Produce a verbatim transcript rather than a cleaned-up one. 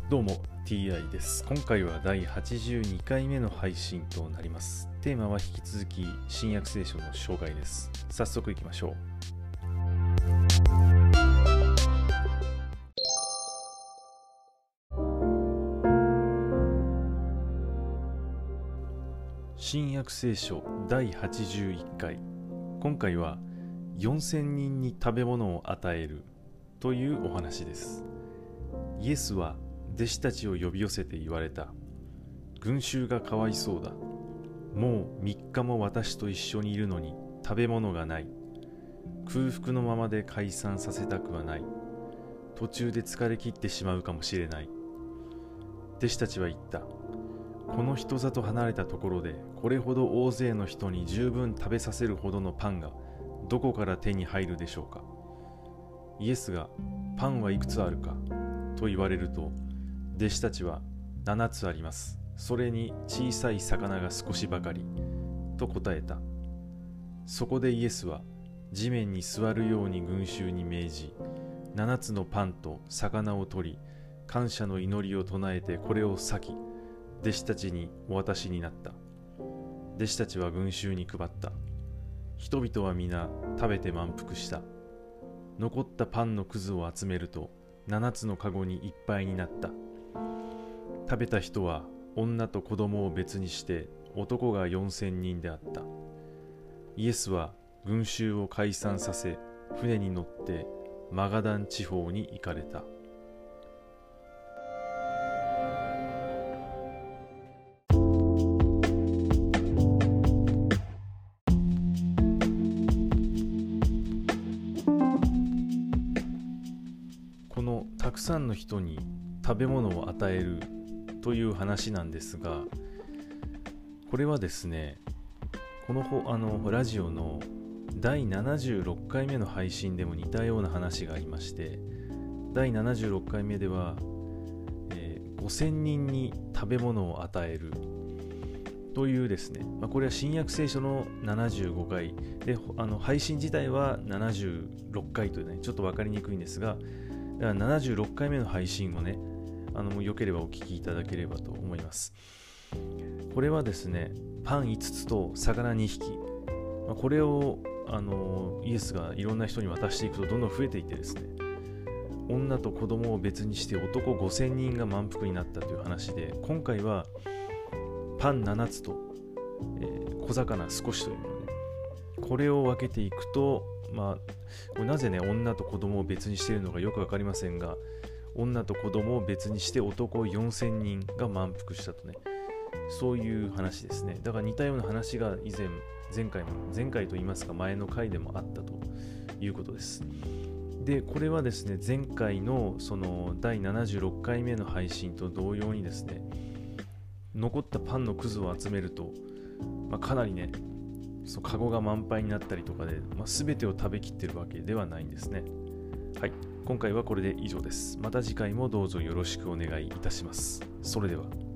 どうも ティーアイ です。今回はだいはちじゅうにかいめの配信となります。テーマは引き続き新約聖書の紹介です。早速いきましょう。新約聖書だいはちじゅういっかい。今回はよんせんにんに食べ物を与えるというお話です。イエスは弟子たちを呼び寄せて言われた。群衆がかわいそうだ。もうみっかも私と一緒にいるのに食べ物がない。空腹のままで解散させたくはない。途中で疲れ切ってしまうかもしれない。弟子たちは言った。この人里離れたところでこれほど大勢の人に十分食べさせるほどのパンがどこから手に入るでしょうか。イエスがパンはいくつあるかと言われると、弟子たちはななつあります。それに小さい魚が少しばかりと答えた。そこでイエスは地面に座るように群衆に命じ、ななつのパンと魚を取り、感謝の祈りを唱えてこれを裂き、弟子たちにお渡しになった。弟子たちは群衆に配った。人々は皆食べて満腹した。残ったパンのくずを集めると、ななつのかごにいっぱいになった。食べた人は女と子供を別にして男がよんせんにんであった。イエスは群衆を解散させ、船に乗ってマガダン地方に行かれた。このたくさんの人に食べ物を与えるという話なんですが、これはですね、このあのラジオのだいななじゅうろっかいめの配信でも似たような話がありまして、だいななじゅうろっかいめでは、えー、ごせんにんに食べ物を与えるというですね、まあ、これは新約聖書のななじゅうごかいで、あの配信自体はななじゅうろっかいというね、ちょっと分かりにくいんですが、ななじゅうろっかいめの配信をね、あのよければお聞きいただければと思います。これはですね、パンいつつと魚にひき、これをあのイエスがいろんな人に渡していくとどんどん増えていってですね、女と子供を別にして男ごせんにんが満腹になったという話で、今回はパンななつと、えー、小魚少しというものね、これを分けていくと、まあ、これなぜね女と子供を別にしているのかよく分かりませんが、女と子供を別にして男よんせんにんが満腹したとね、そういう話ですね。だから似たような話が以前前回も前回と言いますか前の回でもあったということです。でこれはですね、前回のそのだいななじゅうろっかいめの配信と同様にですね、残ったパンのくずを集めると、まあ、かなりね、そのカゴが満杯になったりとかで、まあ、全てを食べきっているわけではないんですね。はい、今回はこれで以上です。また次回もどうぞよろしくお願いいたします。それでは。